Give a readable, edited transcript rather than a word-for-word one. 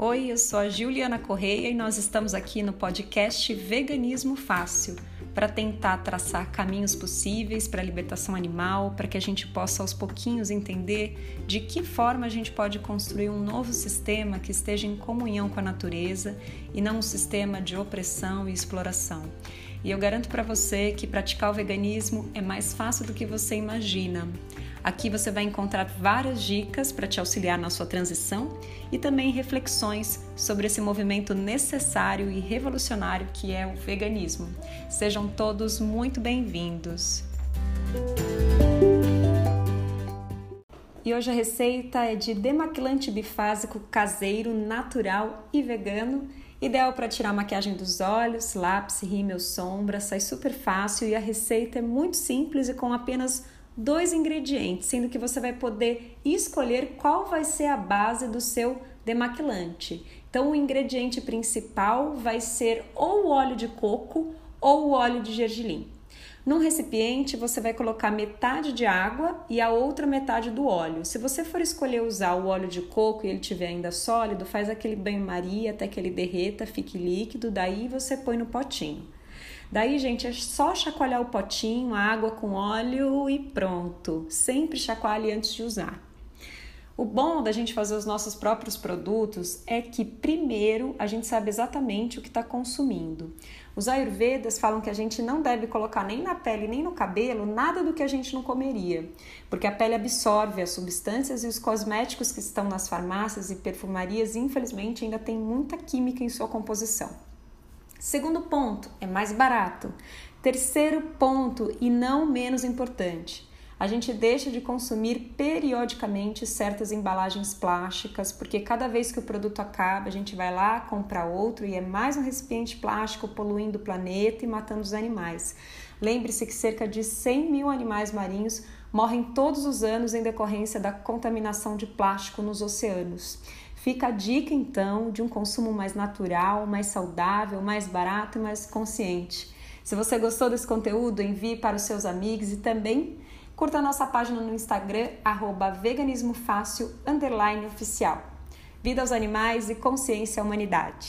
Oi, eu sou a Juliana Correia e nós estamos aqui no podcast Veganismo Fácil para tentar traçar caminhos possíveis para a libertação animal, para que a gente possa aos pouquinhos entender de que forma a gente pode construir um novo sistema que esteja em comunhão com a natureza e não um sistema de opressão e exploração. E eu garanto para você que praticar o veganismo é mais fácil do que você imagina. Aqui você vai encontrar várias dicas para te auxiliar na sua transição e também reflexões sobre esse movimento necessário e revolucionário que é o veganismo. Sejam todos muito bem-vindos! E hoje a receita é de demaquilante bifásico caseiro, natural e vegano, ideal para tirar a maquiagem dos olhos, lápis, rímel, sombra, sai super fácil e a receita é muito simples e com apenas 2 ingredientes, sendo que você vai poder escolher qual vai ser a base do seu demaquilante. Então o ingrediente principal vai ser ou o óleo de coco ou o óleo de gergelim. Num recipiente você vai colocar metade de água e a outra metade do óleo. Se você for escolher usar o óleo de coco e ele estiver ainda sólido, faz aquele banho-maria até que ele derreta, fique líquido, daí você põe no potinho. Daí, gente, é só chacoalhar o potinho, a água com óleo e pronto. Sempre chacoalhe antes de usar. O bom da gente fazer os nossos próprios produtos é que, primeiro, a gente sabe exatamente o que está consumindo. Os ayurvedas falam que a gente não deve colocar nem na pele nem no cabelo nada do que a gente não comeria, porque a pele absorve as substâncias e os cosméticos que estão nas farmácias e perfumarias, infelizmente, ainda tem muita química em sua composição. Segundo ponto, é mais barato. Terceiro ponto, e não menos importante, a gente deixa de consumir periodicamente certas embalagens plásticas, porque cada vez que o produto acaba, a gente vai lá comprar outro e é mais um recipiente plástico poluindo o planeta e matando os animais. Lembre-se que cerca de 100 mil animais marinhos morrem todos os anos em decorrência da contaminação de plástico nos oceanos. Fica a dica, então, de um consumo mais natural, mais saudável, mais barato e mais consciente. Se você gostou desse conteúdo, envie para os seus amigos e também curta a nossa página no Instagram, @veganismofácil_oficial. Vida aos animais e consciência à humanidade.